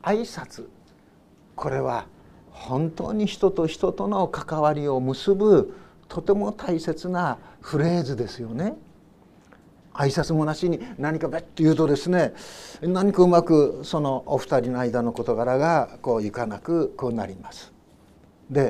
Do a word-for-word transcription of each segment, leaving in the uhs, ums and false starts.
挨拶、これは本当に人と人との関わりを結ぶとても大切なフレーズですよね。挨拶もなしに何かべっと言うとですね、何かうまくそのお二人の間の事柄がこういかなくこうなります。で、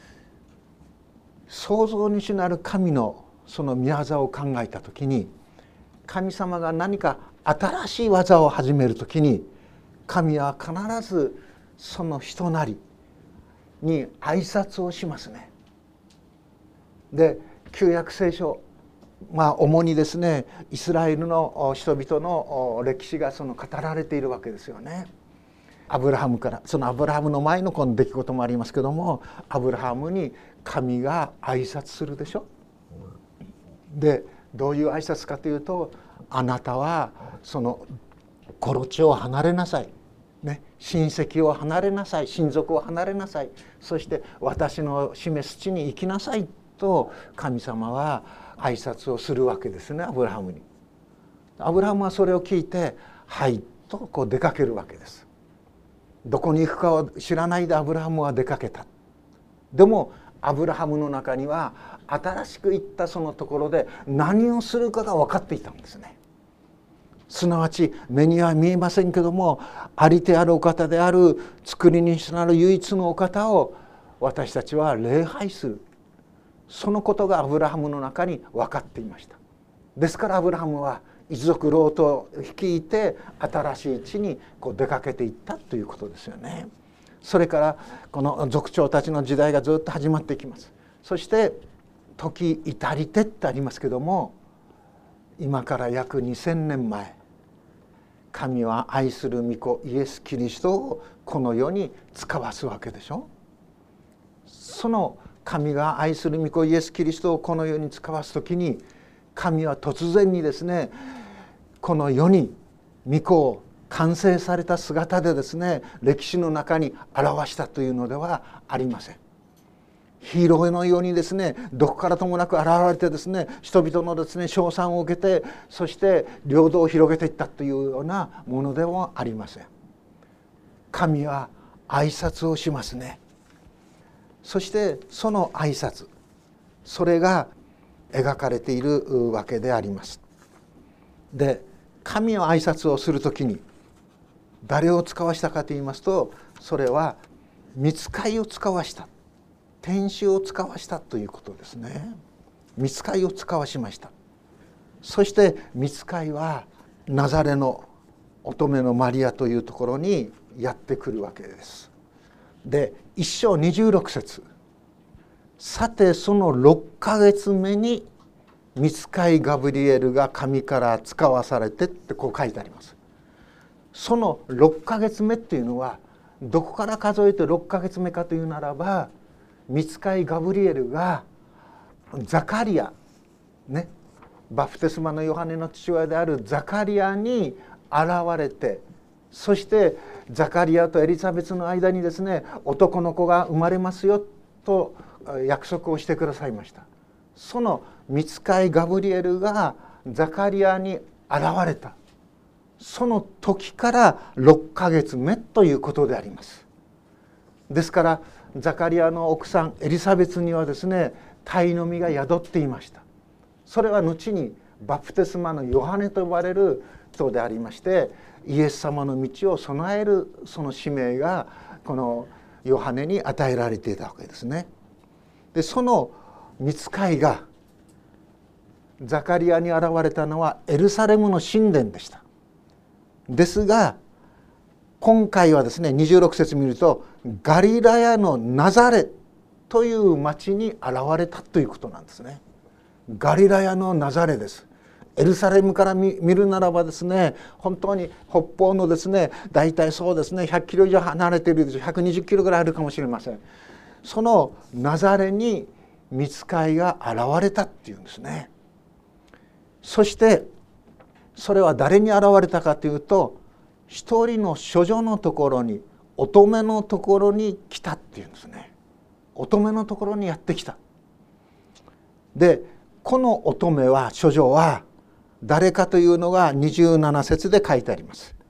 創造主なる神のその御業を考えた時に、神様が何か新しい技を始める時に、神は必ずその人なりに挨拶をしますね。で、旧約聖書、まあ主にですねイスラエルの人々の歴史がその語られているわけですよね。アブラハムから、そのアブラハムの前のこの出来事もありますけども、アブラハムに神が挨拶するでしょ。で、どういう挨拶かというと、あなたはそのこの地を離れなさい、ね、親戚を離れなさい、親族を離れなさい、そして私の示す地に行きなさいと神様は挨拶をするわけですね、アブラハムに。アブラハムはそれを聞いて「はい」とこう出かけるわけです。どこに行くかを知らないでアブラハムは出かけた。でもアブラハムの中には新しく行ったそのところで何をするかが分かっていたんですね。すなわち目には見えませんけども、ありてあるお方である作り主なる唯一のお方を私たちは礼拝する。そのことがアブラハムの中に分かっていました。ですからアブラハムは一族ロートを率いて新しい地にこう出かけていったということですよね。それからこの族長たちの時代がずっと始まっていきます。そして時至りてってありますけども、今から約にせんねんまえ、神は愛する御子イエス・キリストをこの世に使わすわけでしょ。その神が愛する御子イエス・キリストをこの世に使わすときに、神は突然にですねこの世に御子を完成された姿でですね歴史の中に表したというのではありません。ヒーローのようにですねどこからともなく現れてですね人々のですね称賛を受けて、そして領土を広げていったというようなものではありません。神は挨拶をしますね。そしてその挨拶、それが描かれているわけであります。で、神の挨拶をするときに誰を使わしたかといいますと、それは御使いを使わした、天使を使わしたということですね。御使いを使わしました。そして御使いはナザレの乙女のマリアというところにやってくるわけです。で、一章にじゅうろく節、さてそのろっかげつめに御使いガブリエルが神から使わされてってこう書いてあります。そのろっかげつめっていうのはどこから数えてろっかげつめかというならば、御使いガブリエルがザカリアね、バプテスマのヨハネの父親であるザカリアに現れて、そしてザカリアとエリザベスの間にですね男の子が生まれますよと約束をしてくださいました。その御使いガブリエルがザカリアに現れた、その時からろっかげつめということであります。ですからザカリアの奥さんエリザベスにはですね胎の実が宿っていました。それは後にバプテスマのヨハネと呼ばれる人でありまして、イエス様の道を備えるその使命がこのヨハネに与えられていたわけですね。で、その御使いがザカリアに現れたのはエルサレムの神殿でした。ですが今回はですねにじゅうろく節見るとガリラヤのナザレという町に現れたということなんですね。ガリラヤのナザレです。エルサレムから見るならばですね、本当に北方のですね大体そうですねひゃくキロ以上離れているでしょう。ひゃくにじゅっキロぐらいあるかもしれません。そのナザレに御使いが現れたっていうんですね。そしてそれは誰に現れたかというと、一人の処女のところに、乙女のところに来たっていうんですね。乙女のところにやってきた。で、この乙女は、処女は誰かというのがにじゅうなな節で書いてあります。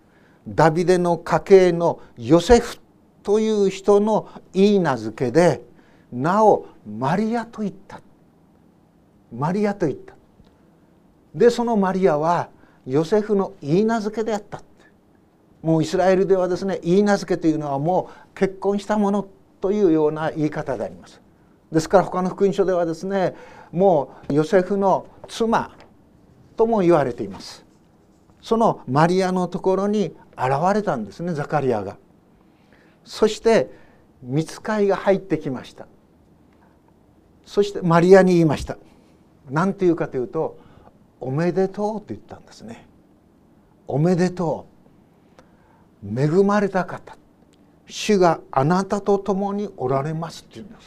ダビデの家系のヨセフという人の言い名付けで名をマリアと言った。マリアと言った。でそのマリアはヨセフの言い名付けであった。もうイスラエルではですね、言い名付けというのはもう結婚したものというような言い方であります。ですから他の福音書ではですね、もうヨセフの妻とも言われています。そのマリアのところに現れたんですね、ザカリアが。そして御使いが入ってきました。そしてマリアに言いました。何て言うかというと、おめでとうと言ったんですね。おめでとう、恵まれた方、主があなたと共におられますって言うんです。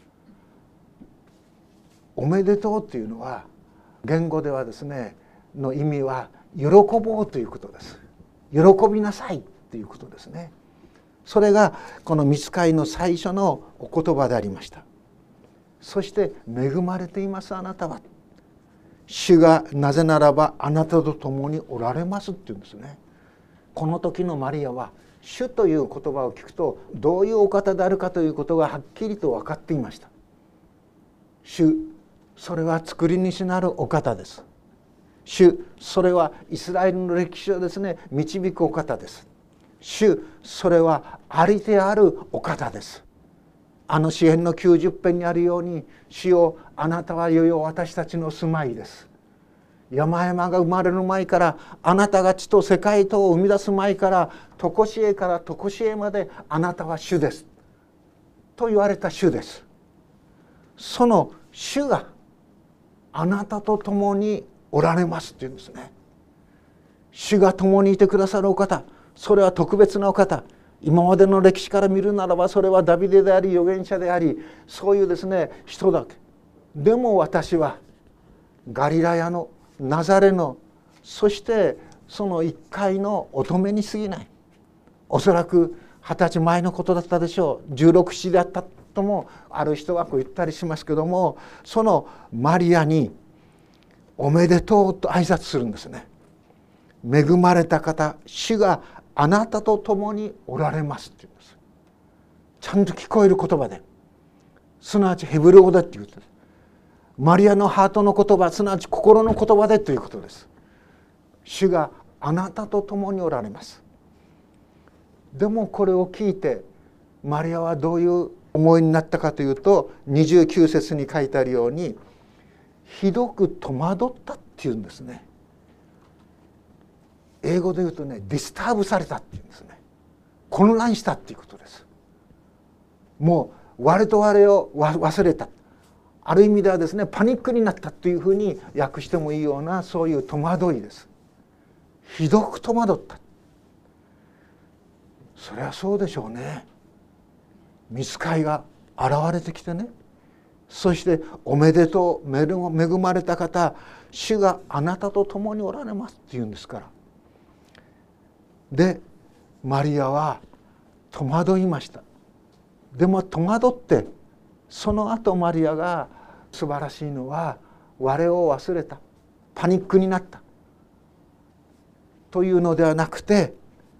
おめでとうっていうのは言語ではですねの意味は喜ぼうということです。喜びなさいっていうことですね。それがこの御使いの最初のお言葉でありました。そして恵まれていますあなたは、主がなぜならばあなたと共におられますっていうんですね。この時のマリアは主という言葉を聞くとどういうお方であるかということがはっきりと分かっていました。主、それは作り主なるお方です。主、それはイスラエルの歴史をですね導くお方です。主、それはありてあるお方です。あの詩編のきゅうじゅう編にあるように、主よあなたはよよ私たちの住まいです。山々が生まれる前から、あなたが地と世界とを生み出す前から、常しえから常しえまであなたは主ですと言われた主です。その主があなたと共におられますっていうんですね。主が共にいてくださるお方、それは特別なお方。今までの歴史から見るならばそれはダビデであり預言者であり、そういうですね人だけ。でも私はガリラヤのナザレの、そしてその一回の乙女に過ぎない。おそらく二十歳前のことだったでしょう。じゅうろく、ななであったともある人はこう言ったりしますけども、そのマリアにおめでとうと挨拶するんですね。恵まれた方、主があなたと共におられますって言うんです。ちゃんと聞こえる言葉で、すなわちヘブル語でっていうことです。マリアのハートの言葉、すなわち心の言葉でということです。主があなたと共におられます。でもこれを聞いてマリアはどういう思いになったかというと、にじゅうきゅう節に書いてあるように、ひどく戸惑ったっていうんですね。英語で言うとね、ディスターブされたっていうんですね。混乱したっていうことです。もう我と我を忘れた、ある意味ではですねパニックになったというふうに訳してもいいような、そういう戸惑いです。ひどく戸惑った。それはそうでしょうね。御使いが現れてきてね、そしておめでとう、恵まれた方、主があなたと共におられますっていうんですから。でマリアは戸惑いました。でも戸惑って、その後マリアが素晴らしいのは、我を忘れた、パニックになったというのではなくて、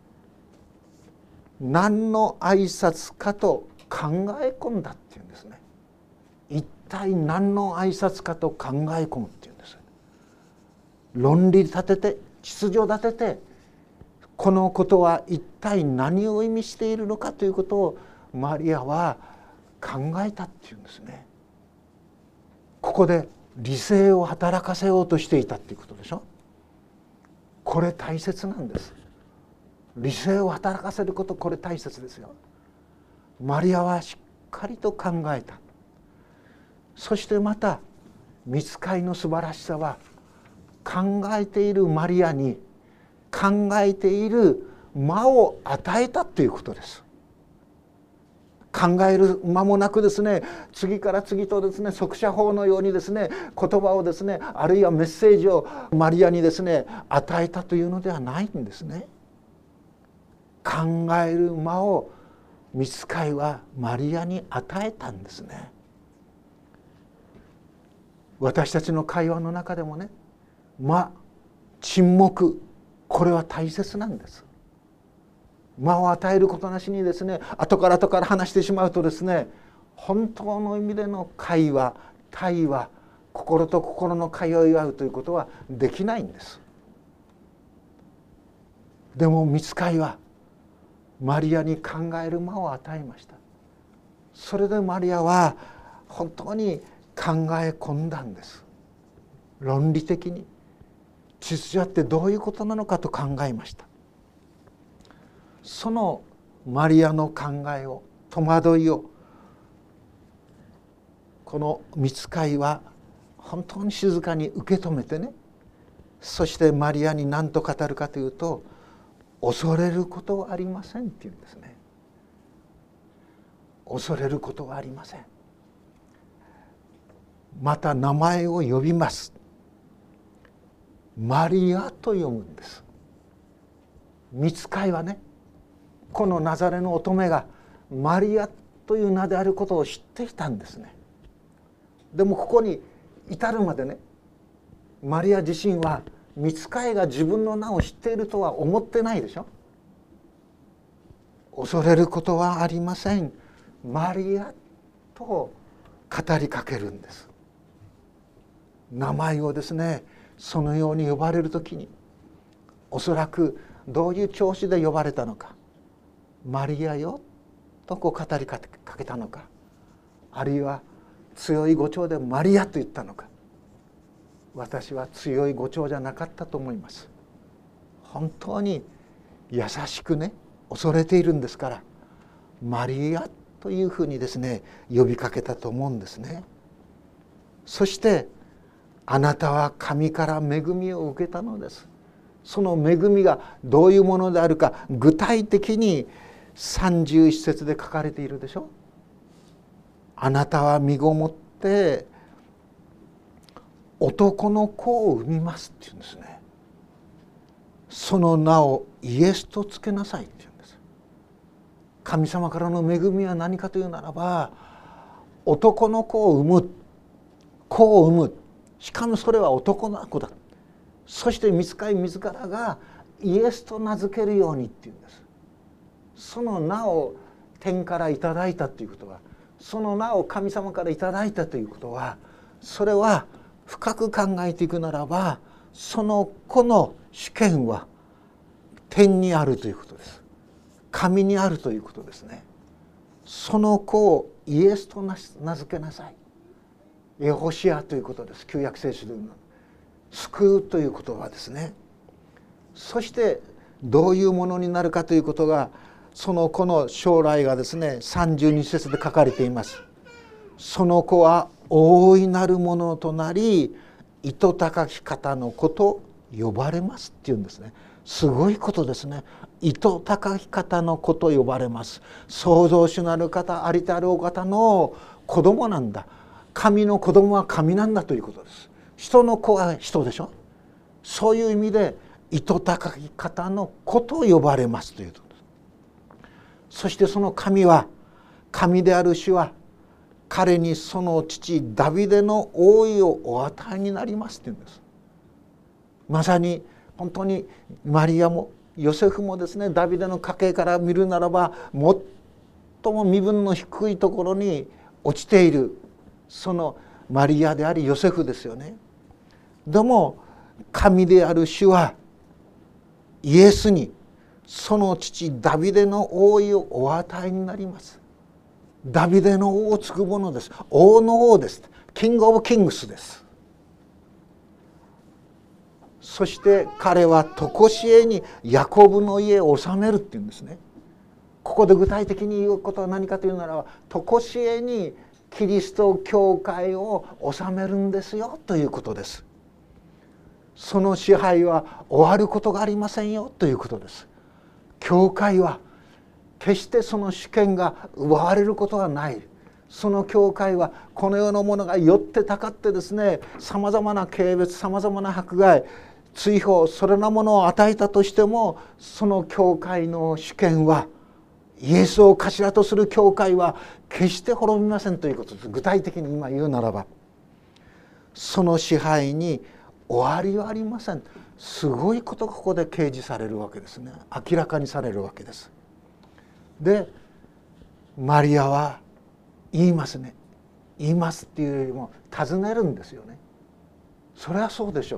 何の挨拶かと考え込んだっていうんですね。一体何の挨拶かと考え込むっていうんです。論理立てて、秩序立てて、このことは一体何を意味しているのかということをマリアは考えたっていうんですね。ここで理性を働かせようとしていたっていうことでしょ。これ大切なんです。理性を働かせること、これ大切ですよ。マリアはしっかりと考えた。そしてまた御使いの素晴らしさは、考えているマリアに考えている間を与えたということです。考える間もなくですね、次から次とですね速射砲のようにですね言葉をですね、あるいはメッセージをマリアにですね与えたというのではないんですね。考える間を御使いはマリアに与えたんですね。私たちの会話の中でもね、間、沈黙、これは大切なんです。 間を与えることなしにですね、後から後から話してしまうとですね、本当の意味での会話、対話、心と心の通い合うということはできないんです。でも御使いはマリアに考える間を与えました。それでマリアは本当に考え込んだんです。論理的に秩序ってどういうことなのかと考えました。そのマリアの考えを、戸惑いを、この御使いは本当に静かに受け止めてね、そしてマリアに何と語るかというと、恐れることはありませんっていうんですね。恐れることはありません。また名前を呼びます。マリアと呼ぶんです。御使いはね、このナザレの乙女がマリアという名であることを知っていたんですね。でもここに至るまでね、マリア自身は御使いが自分の名を知っているとは思ってないでしょ。恐れることはありません。マリアと語りかけるんです。名前をですね、そのように呼ばれるときに、おそらくどういう調子で呼ばれたのか、マリアよとこう語りかけたのか、あるいは強い語調でマリアと言ったのか。私は強い語調じゃなかったと思います。本当に優しくね、恐れているんですから、マリアというふうにですね、呼びかけたと思うんですね。そしてあなたは神から恵みを受けたのです。その恵みがどういうものであるか、具体的にさんじゅういち節で書かれているでしょ。あなたは身ごもって男の子を産みますって言うんですね。その名をイエスとつけなさいって言うんです。神様からの恵みは何かというならば、男の子を産む、子を産む、しかもそれは男の子だ。そして御使い自らがイエスと名付けるようにっていうんです。その名を天からいただいたということは、その名を神様からいただいたということは、それは深く考えていくならば、その子の主権は天にあるということです。神にあるということですね。その子をイエスと名付けなさい。エホシアということです。旧約聖書で言うの救うという言葉ですね。そしてどういうものになるかということが、その子の将来がですね、さんじゅうに節で書かれています。その子は大いなるものとなり、糸高き方の子と呼ばれますっていうんですね。すごいことですね。糸高き方の子と呼ばれます。創造主なる方、ありたるお方の子供なんだ。神の子供は神なんだということです。人の子は人でしょ。そういう意味で糸高き方の子と呼ばれますということです。そしてその神は、神である主は彼にその父ダビデの王位をお与えになりますっていうんです。まさに本当にマリアもヨセフもですね、ダビデの家系から見るならば最も身分の低いところに落ちている、そのマリアでありヨセフですよね。でも神である主はイエスにその父ダビデの王位をお与えになります。ダビデの王を継ぐものです。王の王です。キングオブキングスです。そして彼は常しえにヤコブの家を治めるっていうんですね。ここで具体的に言うことは何かというならば、常しえにキリスト教会を治めるんですよということです。その支配は終わることがありませんよということです。教会は決してその主権が奪われることはない。その教会はこの世のものがよってたかってですね、さまざまな軽蔑、さまざまな迫害、追放、それらものを与えたとしても、その教会の主権は、イエスを頭とする教会は決して滅びませんということです。具体的に今言うならば、その支配に終わりはありません。すごいことがここで掲示されるわけですね。明らかにされるわけです。 でマリアは言いますね。言いますっていうよりも尋ねるんですよね。それはそうでしょう。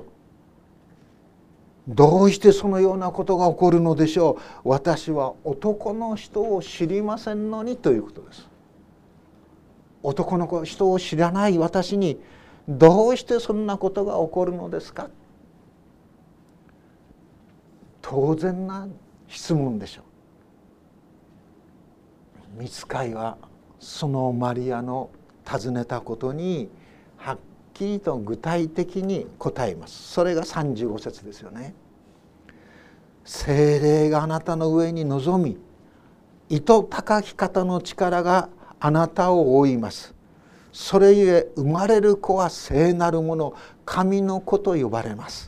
どうしてそのようなことが起こるのでしょう。私は男の人を知りませんのにということです。男の人を知らない私にどうしてそんなことが起こるのですか。当然な質問でしょう。御使いはそのマリアの尋ねたことにはっきりと具体的に答えます。それがさんじゅうご節ですよね。聖霊があなたの上に臨み、糸高き方の力があなたを覆います。それゆえ生まれる子は聖なるもの、神の子と呼ばれます。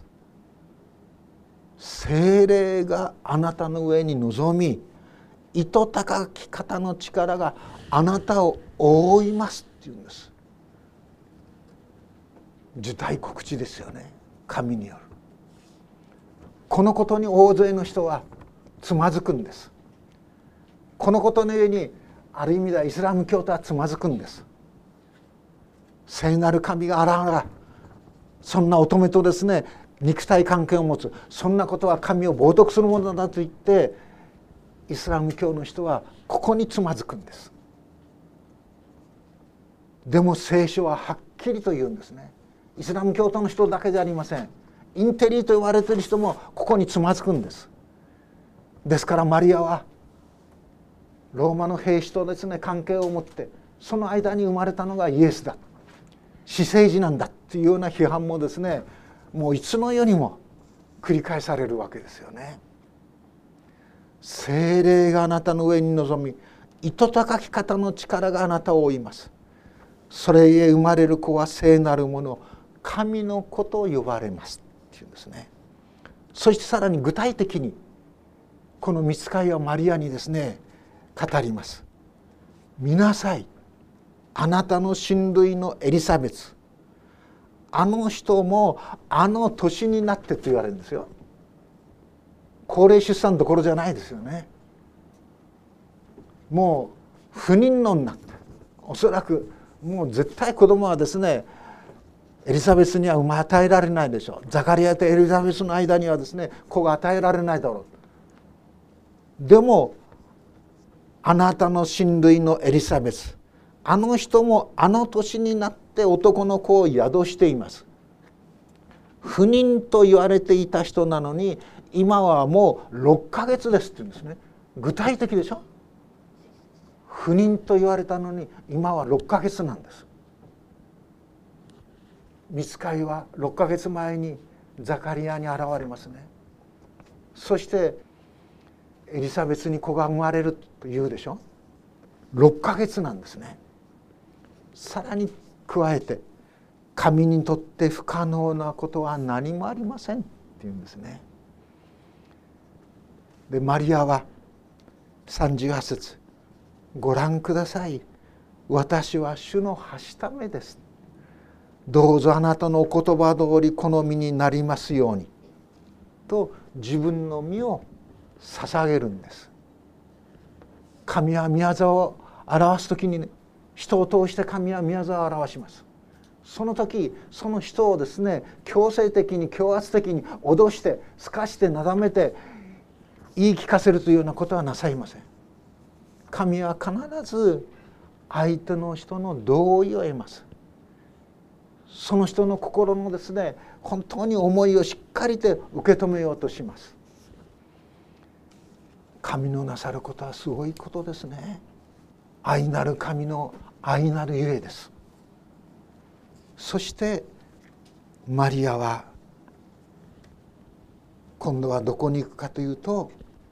聖霊があなたの上に臨み、糸高き方の力があなたを覆いますっていうんです。受胎告知ですよね。神による。このことに大勢の人はつまずくんです。このことの上にある意味ではイスラム教徒はつまずくんです。聖なる神が現れらそんな乙女とですね肉体関係を持つ、そんなことは神を冒涜するものだと言ってイスラム教の人はここにつまずくんです。でも聖書ははっきりと言うんですね。イスラム教徒の人だけじゃありません。インテリと言われている人もここにつまずくんです。ですからマリアはローマの兵士とですね関係を持って、その間に生まれたのがイエスだ、私生児なんだっていうような批判もですねもういつの世にも繰り返されるわけですよね。聖霊があなたの上に臨み、糸高き方の力があなたを覆います。それゆえ生まれる子は聖なるもの、神の子と呼ばれますっていうんですね。そしてさらに具体的にこの御使いはマリアにですね語ります。見なさい、あなたの親類のエリザベス、あの人もあの年になってと言われるんですよ。高齢出産どころじゃないですよね。もう不妊のになって、おそらくもう絶対子供はですねエリザベスには産ま与えられないでしょう。ザカリアとエリザベスの間にはですね子が与えられないだろう。でもあなたの親類のエリザベス、あの人もあの年になって男の子を宿しています。不妊と言われていた人なのに今はもうろっかげつですって言うんですね。具体的でしょ。不妊と言われたのに今はろっかげつなんです。御使いはろっかげつまえにザカリアに現れますね。そしてエリザベスに子が生まれると言うでしょ。ろっかげつなんですね。さらに加えて神にとって不可能なことは何もありませんって言うんですね。でマリアはさんじゅうはち節、ご覧ください、私は主のはしためです。どうぞあなたのお言葉通り好みになりますようにと自分の身を捧げるんです。神は御業を表すときに、ね、人を通して神は御業を表します。その時その人をですね強制的に強圧的に脅してすかしてなだめて言い聞かせるというようなことはなさいません。神は必ず相手の人の同意を得ます。その人の心のですね本当に思いをしっかりと受け止めようとします。神のなさることはすごいことですね。愛なる神の愛なるゆえです。そしてマリアは今度はどこに行くかというと、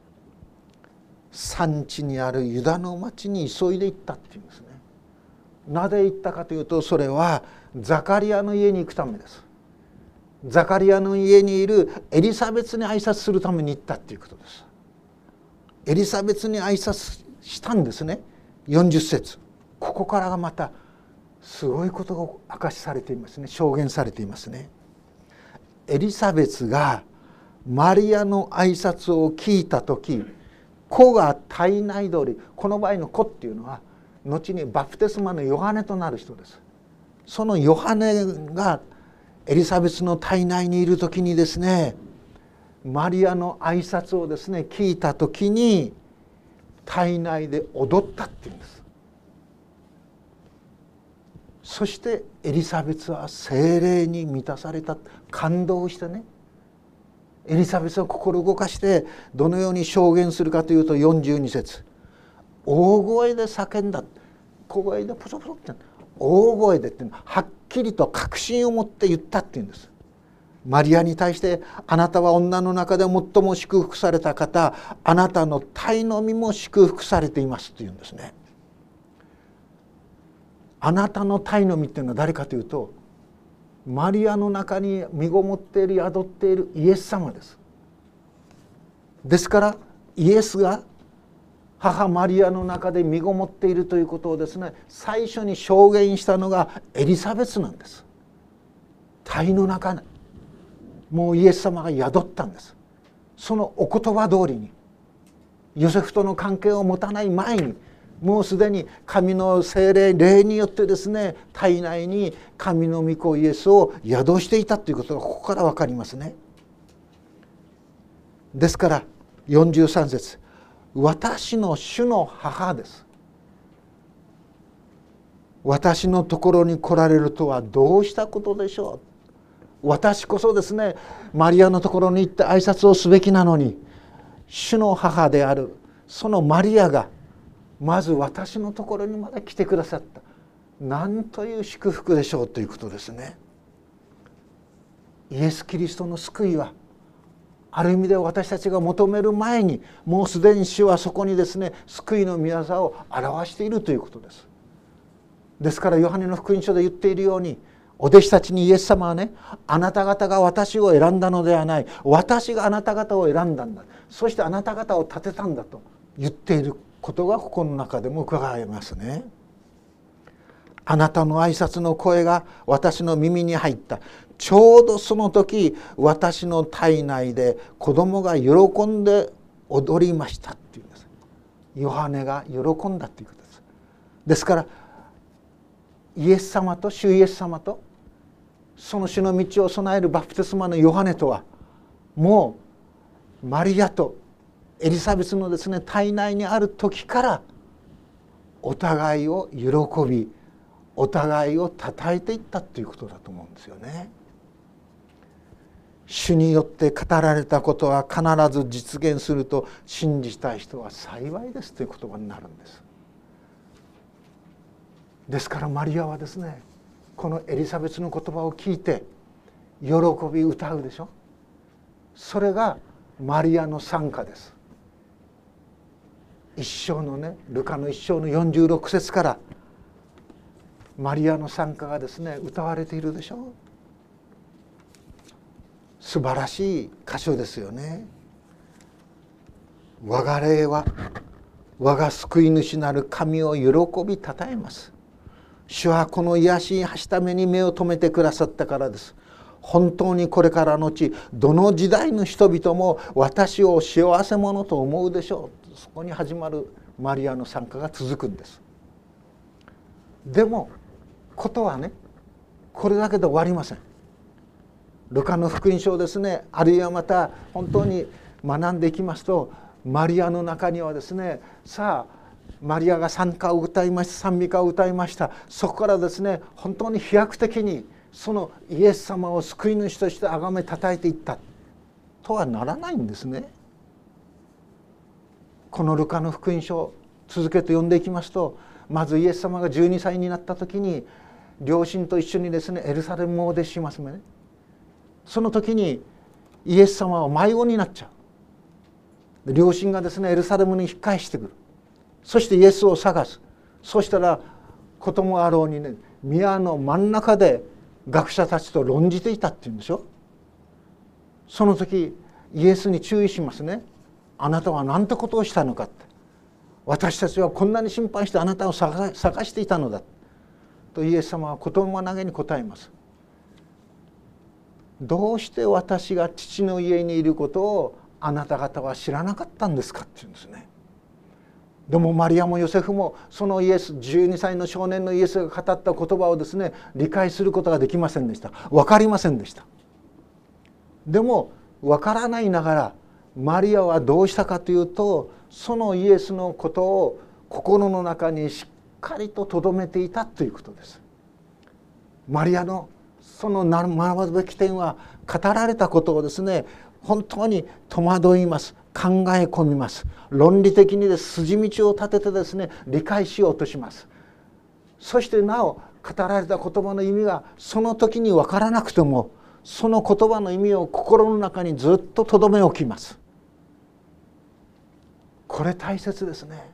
産地にあるユダの町に急いで行ったっていうんですね。なぜ行ったかというと、それはザカリアの家に行くためです。ザカリアの家にいるエリザベスに挨拶するために行ったっていうことです。エリザベスに挨拶したんですね。よんじゅっ節、ここからがまたすごいことが明かしされていますね。証言されていますね。エリザベスがマリアの挨拶を聞いた時、 子が体内通り、この場合の子っていうのは後にバプテスマのヨハネとなる人です。そのヨハネがエリザベスの体内にいる時にですね、マリアの挨拶をですね聞いた時に体内で踊ったっていうんです。そしてエリザベスは聖霊に満たされた、感動してね、エリザベスは心動かしてどのように証言するかというとよんじゅうに節、大声で叫んだ、小声でポソポソって大声でっていうのははっきりと確信を持って言ったっていうんです。マリアに対して、あなたは女の中で最も祝福された方、あなたの胎の実も祝福されていますというんですね。あなたの胎の実っていうのは誰かというと、マリアの中に身ごもっている、宿っているイエス様です。ですからイエスが母マリアの中で身ごもっているということをですね、最初に証言したのがエリザベスなんです。胎の中にもうイエス様が宿ったんです。そのお言葉通りに、ヨセフとの関係を持たない前に、もうすでに神の聖霊、霊によってですね、体内に神の御子イエスを宿していたということがここから分かりますね。ですからよんじゅうさん節、私の主の母です。私のところに来られるとはどうしたことでしょう。私こそですね、マリアのところに行って挨拶をすべきなのに、主の母であるそのマリアがまず私のところにまで来てくださった。なんという祝福でしょうということですね。イエス・キリストの救いはある意味で私たちが求める前に、もうすでに主はそこにですね救いの御業を表しているということです。ですからヨハネの福音書で言っているように、お弟子たちにイエス様はね、あなた方が私を選んだのではない、私があなた方を選んだんだ、そしてあなた方を立てたんだと言っていることがここの中でも伺えますね。あなたの挨拶の声が私の耳に入った。ちょうどその時、私の体内で子供が喜んで踊りましたっていうんです。ヨハネが喜んだということです。ですからイエス様と主イエス様とその主の道を備えるバプテスマのヨハネとは、もうマリアとエリザベスのですね体内にある時からお互いを喜び、お互いをたたえていったということだと思うんですよね。主によって語られたことは必ず実現すると信じたい人は幸いですという言葉になるんです。ですからマリアはですね、このエリザベスの言葉を聞いて喜び歌うでしょ。それがマリアの賛歌です。一章のね、ルカの一章のよんじゅうろく節からマリアの賛歌がですね歌われているでしょう。素晴らしい箇所ですよね。我が霊は我が救い主なる神を喜びたたえます。主はこの癒しいはしために目を留めてくださったからです。本当にこれからのちどの時代の人々も私を幸せ者と思うでしょう。そこに始まるマリアの賛歌が続くんです。でもことはね、これだけで終わりません。ルカの福音書ですね、あるいはまた本当に学んでいきますと、マリアの中にはですね、さあマリアが賛歌を歌いました、賛美歌を歌いました。そこからですね本当に飛躍的にそのイエス様を救い主として崇めたたえていったとはならないんですね。このルカの福音書を続けて読んでいきますと、まずイエス様がじゅうにさいになった時に両親と一緒にですねエルサレムをお出ししますね。その時にイエス様は迷子になっちゃう。両親がですねエルサレムに引っ返してくる。そしてイエスを探す。そしたらこともあろうにね、宮の真ん中で学者たちと論じていたっていうんでしょ。その時イエスに注意しますね。あなたは何てことをしたのかって。私たちはこんなに心配してあなたを探していたのだとイエス様は言葉投げに答えます。どうして私が父の家にいることをあなた方は知らなかったんですかって言うんですね。 でもマリアもヨセフもそのイエス、じゅうにさいの少年のイエスが語った言葉をですね理解することができませんでした。分かりませんでした。でも分からないながらマリアはどうしたかというと、そのイエスのことを心の中にしっかりと留めていたということです。マリアのその学ぶべき点は、語られたことをですね本当に戸惑います、考え込みます、論理的にです筋道を立ててですね理解しようとします。そしてなお語られた言葉の意味がその時に分からなくても、その言葉の意味を心の中にずっと留め置きます。これ大切ですね。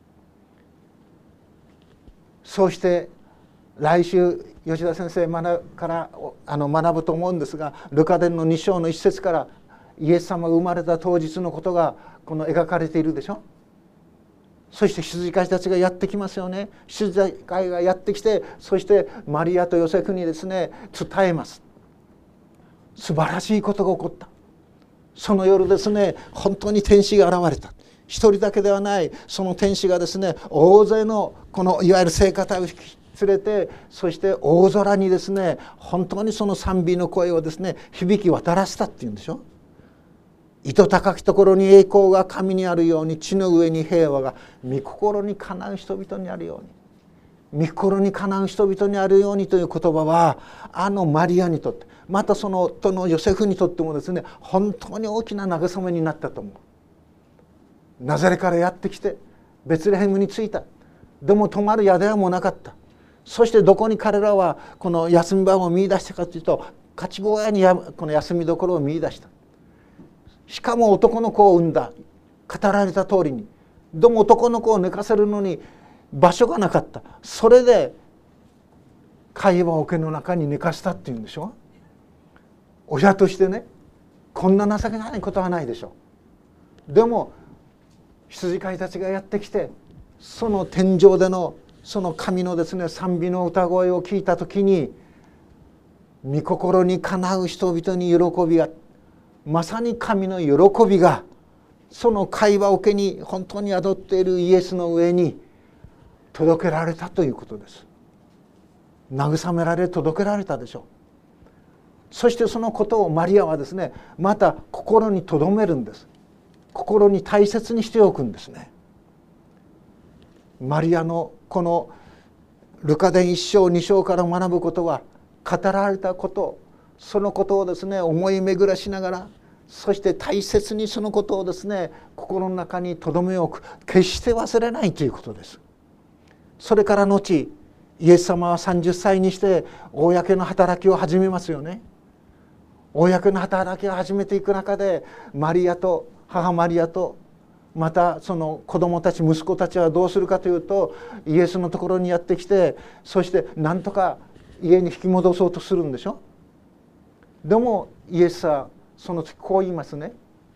そうして来週吉田先生からあの学ぶと思うんですが、ルカ伝のに章の一節からイエス様が生まれた当日のことがこの描かれているでしょ。そして羊飼いたちがやってきますよね。羊飼いがやってきて、そしてマリアとヨセフにですね伝えます。素晴らしいことが起こった。その夜ですね本当に天使が現れた。一人だけではない、その天使がですね大勢のこのいわゆる聖歌隊を引き連れて、そして大空にですね本当にその賛美の声をですね響き渡らせたっていうんでしょ。糸高きところに栄光が神にあるように、地の上に平和が御心にかなう人々にあるように、御心にかなう人々にあるようにという言葉は、あのマリアにとって、またその夫のヨセフにとってもですね本当に大きな慰めになったと思う。ナザレからやってきてベツレヘムに着いた。でも泊まる宿屋もなかった。そしてどこに彼らはこの休み場を見出したかというと、勝ち小屋にこの休みどころを見出した。しかも男の子を産んだ、語られた通りに。でも男の子を寝かせるのに場所がなかった。それで会話桶の中に寝かせたっていうんでしょ。親としてねこんな情けないことはないでしょ。でも羊飼いたちがやってきて、その天上でのその神のですね賛美の歌声を聞いた時に、御心にかなう人々に喜びが、まさに神の喜びがその会話桶に本当に宿っているイエスの上に届けられたということです。慰められ届けられたでしょう。そしてそのことをマリアはですねまた心に留めるんです。心に大切にしておくんですね。マリアのこのルカ伝いっ章に章から学ぶことは、語られたこと、そのことをですね思い巡らしながら、そして大切にそのことをですね心の中に留め置く、決して忘れないということです。それから後イエス様はさんじゅっさいにして公の働きを始めますよね。公の働きを始めていく中で、マリアと母マリアとまたその子供たち息子たちはどうするかというと、イエスのところにやってきて、そして何とか家に引き戻そうとするんでしょ。でもイエスはその時こう言いますね。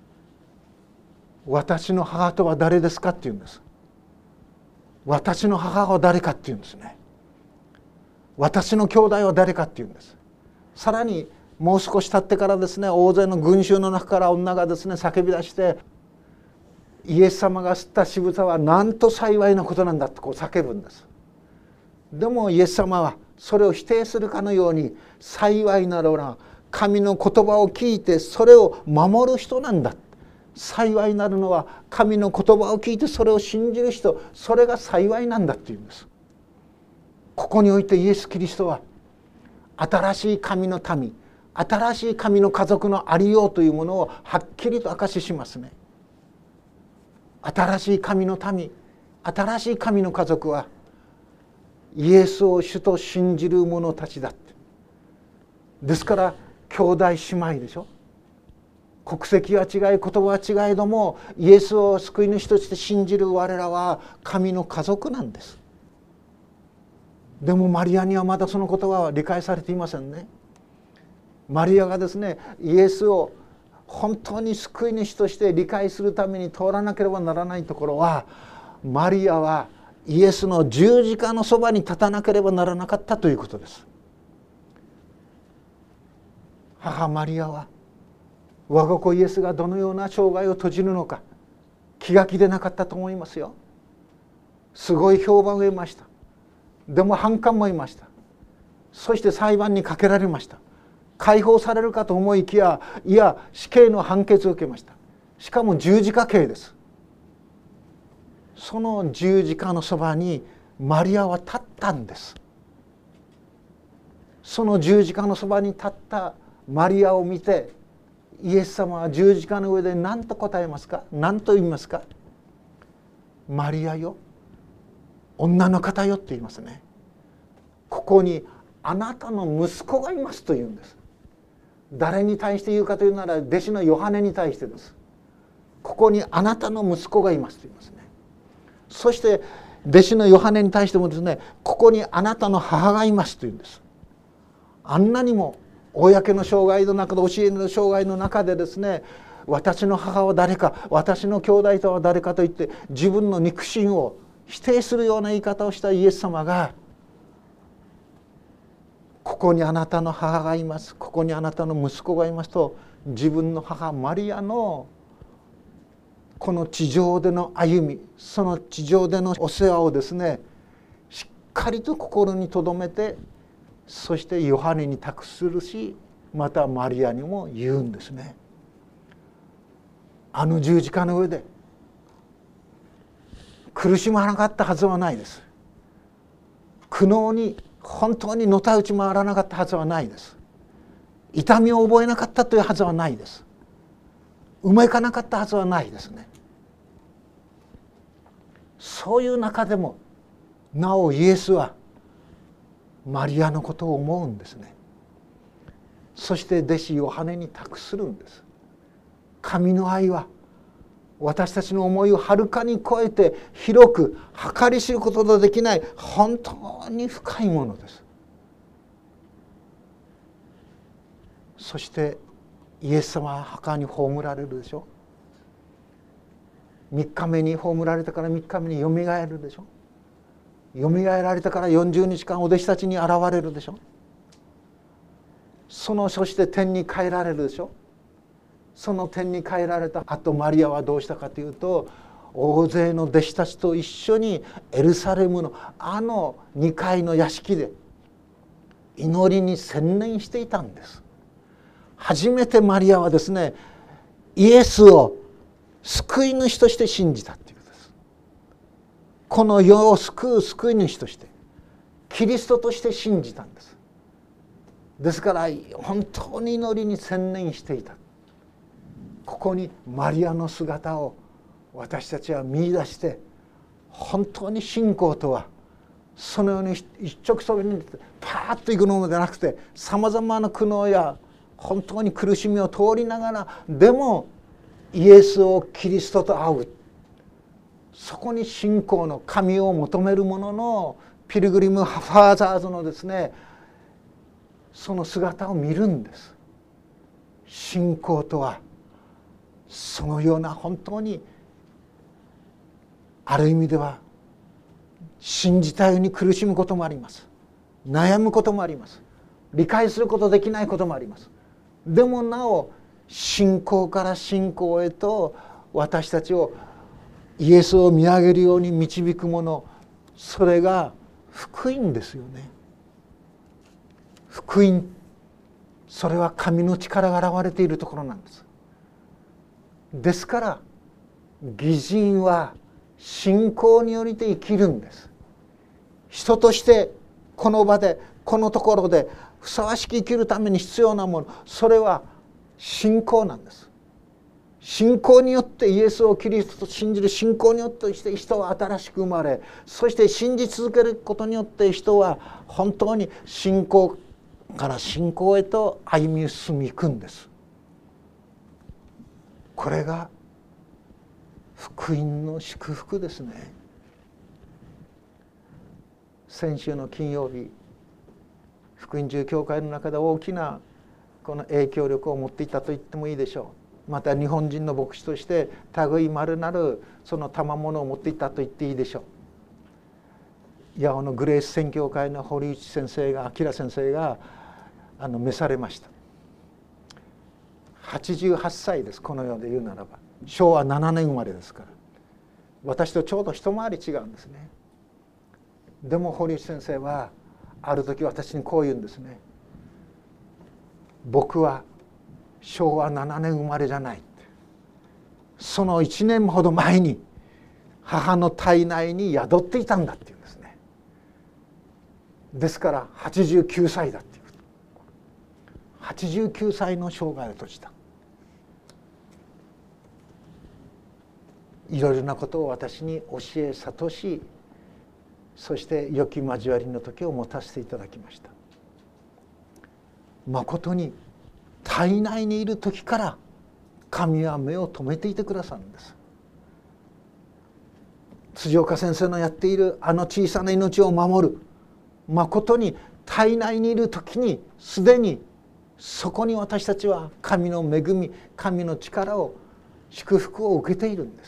私の母とは誰ですかって言うんです。私の母は誰かって言うんですね。私の兄弟は誰かって言うんです。さらにもう少し経ってからですね、大勢の群衆の中から女がですね叫び出して、イエス様が吸った渋さはなんと幸いなことなんだとこう叫ぶんです。でもイエス様はそれを否定するかのように、幸いなるな神の言葉を聞いてそれを守る人なんだ、幸いなるのは神の言葉を聞いてそれを信じる人、それが幸いなんだっていうんです。ここにおいてイエス・キリストは新しい神の民、新しい神の家族のありようというものをはっきりと証ししますね。新しい神の民、新しい神の家族はイエスを主と信じる者たちだって。ですから兄弟姉妹でしょ。国籍は違い、言葉は違いども、イエスを救い主として信じる我らは神の家族なんです。でもマリアにはまだそのことは理解されていませんね。マリアがですねイエスを本当に救い主として理解するために通らなければならないところは、マリアはイエスの十字架のそばに立たなければならなかったということです。母マリアは我が子イエスがどのような生涯を閉じるのか気が気でなかったと思いますよ。 すごい評判を得ました。でも反感もいました。そして裁判にかけられました。解放されるかと思いきや、いや死刑の判決を受けました。しかも十字架刑です。その十字架のそばにマリアは立ったんです。その十字架のそばに立ったマリアを見て、イエス様は十字架の上で何と答えますか？何と言いますか？マリアよ、女の方よって言いますね。ここにあなたの息子がいますと言うんです。誰に対して言うかというなら、弟子のヨハネに対してです。ここにあなたの息子がいますと言いますね。そして弟子のヨハネに対してもですね、ここにあなたの母がいますと言うんです。あんなにも公の生涯の中で、教えの生涯の中でですね、私の母は誰か、私の兄弟とは誰かと言って自分の肉親を否定するような言い方をしたイエス様が、ここにあなたの母がいます、ここにあなたの息子がいますと、自分の母マリアのこの地上での歩み、その地上でのお世話をですね、しっかりと心に留めて、そしてヨハネに託するし、またマリアにも言うんですね。あの十字架の上で苦しまなかったはずはないです。苦悩に本当にのたうち回らなかったはずはないです。痛みを覚えなかったというはずはないです。うまいかなかったはずはないですね。そういう中でもなおイエスはマリアのことを思うんですね。そして弟子ヨハネに託するんです。神の愛は私たちの思いをはるかに超えて広く計り知ることのできない本当に深いものです。そしてイエス様は墓に葬られるでしょ。みっかめに葬られたからみっかめによみがえるでしょ。よみがえられたからよんじゅうにちかんお弟子たちに現れるでしょ。そのそして天に帰られるでしょ。その天に帰られた後、マリアはどうしたかというと、大勢の弟子たちと一緒にエルサレムのあのにかいの屋敷で祈りに専念していたんです。初めてマリアはですね、イエスを救い主として信じたということです。この世を救う救い主として、キリストとして信じたんです。ですから本当に祈りに専念していた。ここにマリアの姿を私たちは見出して、本当に信仰とはそのように一直線にパーッといくのではなくて、さまざまな苦悩や本当に苦しみを通りながらでもイエスをキリストと会う、そこに信仰の神を求める者のピルグリム・ファーザーズのですね、その姿を見るんです。信仰とはそのような本当にある意味では信じたように苦しむこともあります。悩むこともあります。理解することできないこともあります。でもなお信仰から信仰へと私たちをイエスを見上げるように導くもの、それが福音ですよね。福音、それは神の力が現れているところなんです。ですから義人は信仰によりて生きるんです。人としてこの場でこのところでふさわしく生きるために必要なもの、それは信仰なんです。信仰によってイエスをキリストと信じる信仰によってして人は新しく生まれ、そして信じ続けることによって人は本当に信仰から信仰へと歩み進みいくんです。これが福音の祝福ですね。先週の金曜日、福音住教会の中で大きなこの影響力を持っていたと言ってもいいでしょう。また日本人の牧師として類まるなるその賜物を持っていたと言っていいでしょう。八尾のグレース宣教会の堀内先生が明先生があの召されました。はちじゅうはっさいです。この世で言うならばしょうわななねん生まれですから、私とちょうど一回り違うんですね。 でも堀内先生はある時私にこう言うんですね。僕はしょうわななねん生まれじゃない。そのいちねんほど前に母の体内に宿っていたんだっていうんですね。ですからはちじゅうきゅうさいだっていう。はちじゅうきゅうさいの生涯を閉じた。いろいろなことを私に教え諭し、そして良き交わりの時を持たせていただきました。まことに体内にいる時から神は目を留めていてくださるんです。辻岡先生のやっているあの小さな命を守る、まことに体内にいる時にすでにそこに私たちは神の恵み、神の力を、祝福を受けているんです。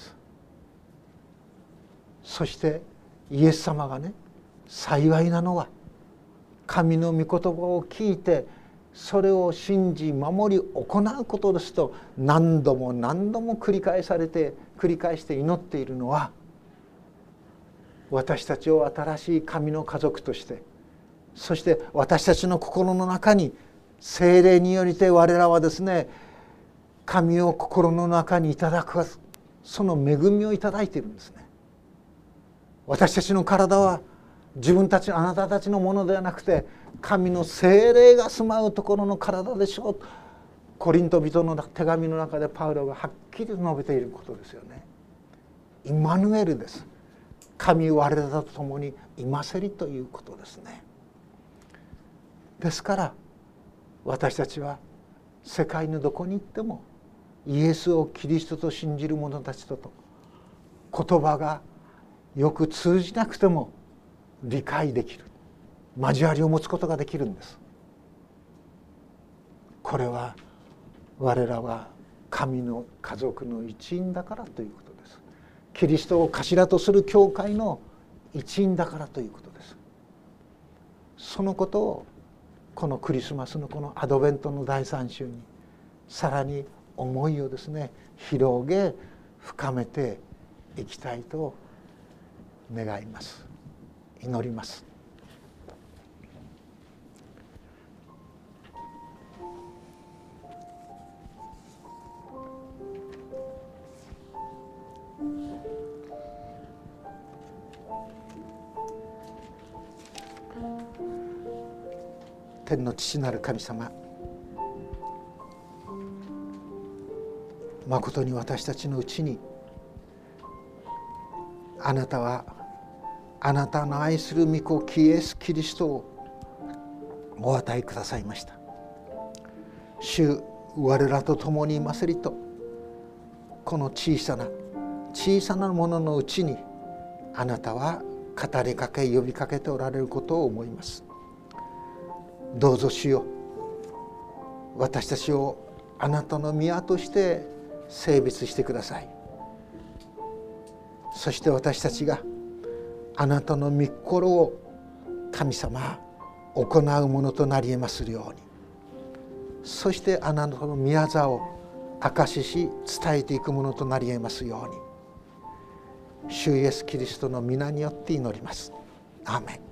そしてイエス様がね、幸いなのは神の御言葉を聞いてそれを信じ守り行うことですと何度も何度も繰り返されて繰り返して祈っているのは、私たちを新しい神の家族として、そして私たちの心の中に聖霊によりて我らはですね、神を心の中にいただくその恵みをいただいているんですね。私たちの体は自分たちあなたたちのものではなくて神の聖霊が住まうところの体でしょう。コリント人の手紙の中でパウロがはっきりと述べていることですよね。イマヌエルです。神我らと共にいませりということですね。ですから私たちは世界のどこに行ってもイエスをキリストと信じる者たちとと言葉がよく通じなくても理解できる、交わりを持つことができるんです。これは我らは神の家族の一員だからということです。キリストを頭とする教会の一員だからということです。そのことをこのクリスマスのこのアドベントのだいさん週にさらに思いをですね広げ深めていきたいと願います。祈ります。天の父なる神様、まことに私たちのうちにあなたはあなたの愛する御子イエス・キリストをお与えくださいました。主我らと共にいますりと、この小さな小さなもののうちにあなたは語りかけ呼びかけておられることを思います。どうぞ主よ、私たちをあなたの宮として聖別してください。そして私たちがあなたの御心を神様行うものとなり得ますように、そしてあなたの宮座を証しし伝えていくものとなり得ますように、主イエスキリストの皆によって祈ります。アーメン。